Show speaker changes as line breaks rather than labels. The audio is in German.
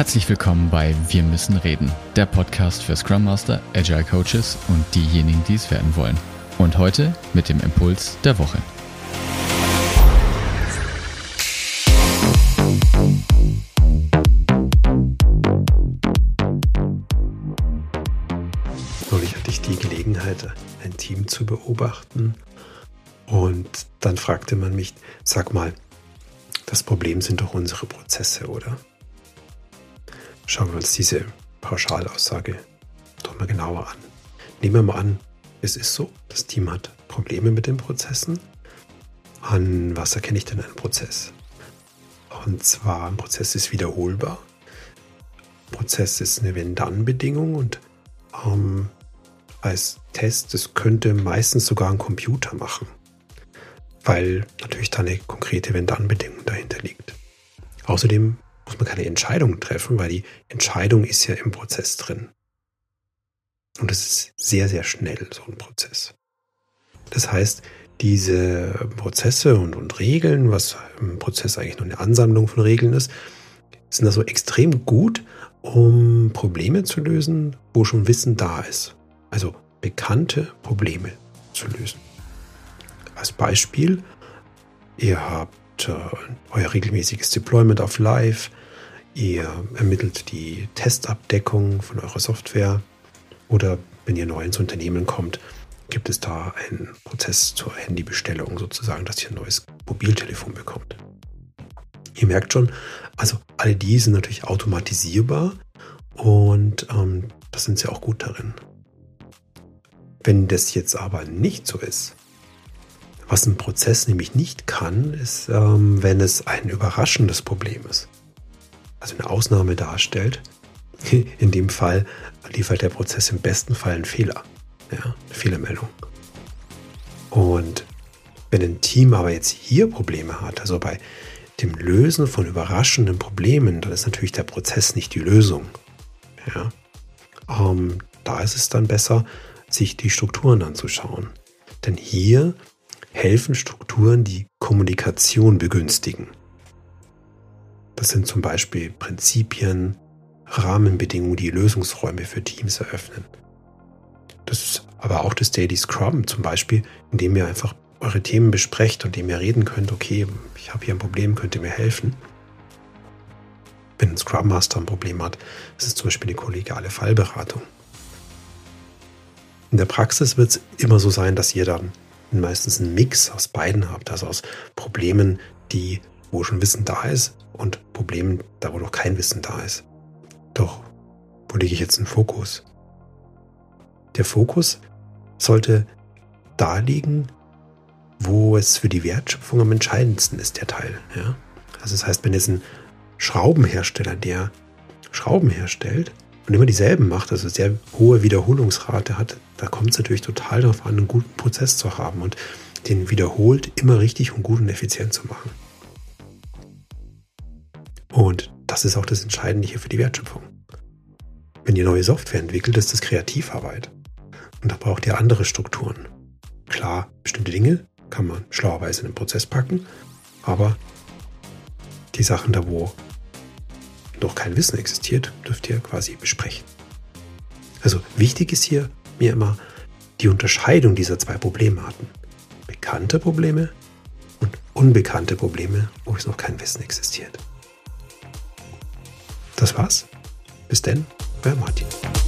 Herzlich willkommen bei Wir müssen reden, der Podcast für Scrum Master, Agile Coaches und diejenigen, die es werden wollen. Und heute mit dem Impuls der Woche.
Neulich hatte ich die Gelegenheit, ein Team zu beobachten und dann fragte man mich, sag mal, das Problem sind doch unsere Prozesse, oder? Schauen wir uns diese Pauschalaussage doch mal genauer an. Nehmen wir mal an, es ist so, das Team hat Probleme mit den Prozessen. An was erkenne ich denn einen Prozess? Und zwar, ein Prozess ist wiederholbar. Ein Prozess ist eine Wenn-Dann-Bedingung und als Test, das könnte meistens sogar ein Computer machen, weil natürlich da eine konkrete Wenn-Dann-Bedingung dahinter liegt. Außerdem muss man keine Entscheidung treffen, weil die Entscheidung ist ja im Prozess drin. Und es ist sehr, sehr schnell, so ein Prozess. Das heißt, diese Prozesse und Regeln, was im Prozess eigentlich nur eine Ansammlung von Regeln ist, sind also extrem gut, um Probleme zu lösen, wo schon Wissen da ist. Also bekannte Probleme zu lösen. Als Beispiel, ihr habt euer regelmäßiges Deployment auf Live, ihr ermittelt die Testabdeckung von eurer Software oder wenn ihr neu ins Unternehmen kommt, gibt es da einen Prozess zur Handybestellung sozusagen, dass ihr ein neues Mobiltelefon bekommt. Ihr merkt schon, also alle die sind natürlich automatisierbar und da sind sie auch gut darin. Wenn das jetzt aber nicht so ist, was ein Prozess nämlich nicht kann, ist, wenn es ein überraschendes Problem ist. Also eine Ausnahme darstellt. In dem Fall liefert der Prozess im besten Fall einen Fehler. Ja, eine Fehlermeldung. Und wenn ein Team aber jetzt hier Probleme hat, also bei dem Lösen von überraschenden Problemen, dann ist natürlich der Prozess nicht die Lösung. Ja. Da ist es dann besser, sich die Strukturen anzuschauen. Denn hier helfen Strukturen, die Kommunikation begünstigen. Das sind zum Beispiel Prinzipien, Rahmenbedingungen, die Lösungsräume für Teams eröffnen. Das ist aber auch das Daily Scrum zum Beispiel, in dem ihr einfach eure Themen besprecht und in dem ihr reden könnt, okay, ich habe hier ein Problem, könnt ihr mir helfen? Wenn ein Scrum Master ein Problem hat, ist es zum Beispiel eine kollegiale Fallberatung. In der Praxis wird es immer so sein, dass ihr dann meistens einen Mix aus beiden habt, also aus Problemen, wo schon Wissen da ist und Problemen, da wo noch kein Wissen da ist. Doch, wo lege ich jetzt den Fokus? Der Fokus sollte da liegen, wo es für die Wertschöpfung am entscheidendsten ist, der Teil. Ja? Also das heißt, wenn jetzt ein Schraubenhersteller, der Schrauben herstellt und immer dieselben macht, also sehr hohe Wiederholungsrate hat, da kommt es natürlich total darauf an, einen guten Prozess zu haben und den wiederholt immer richtig und gut und effizient zu machen. Und das ist auch das Entscheidende hier für die Wertschöpfung. Wenn ihr neue Software entwickelt, ist das Kreativarbeit. Und da braucht ihr andere Strukturen. Klar, bestimmte Dinge kann man schlauerweise in den Prozess packen, aber die Sachen da, wo noch kein Wissen existiert, dürft ihr quasi besprechen. Also wichtig ist hier mir immer die Unterscheidung dieser zwei Problemarten. Bekannte Probleme und unbekannte Probleme, wo es noch kein Wissen existiert. Das war's. Bis denn, euer Martin.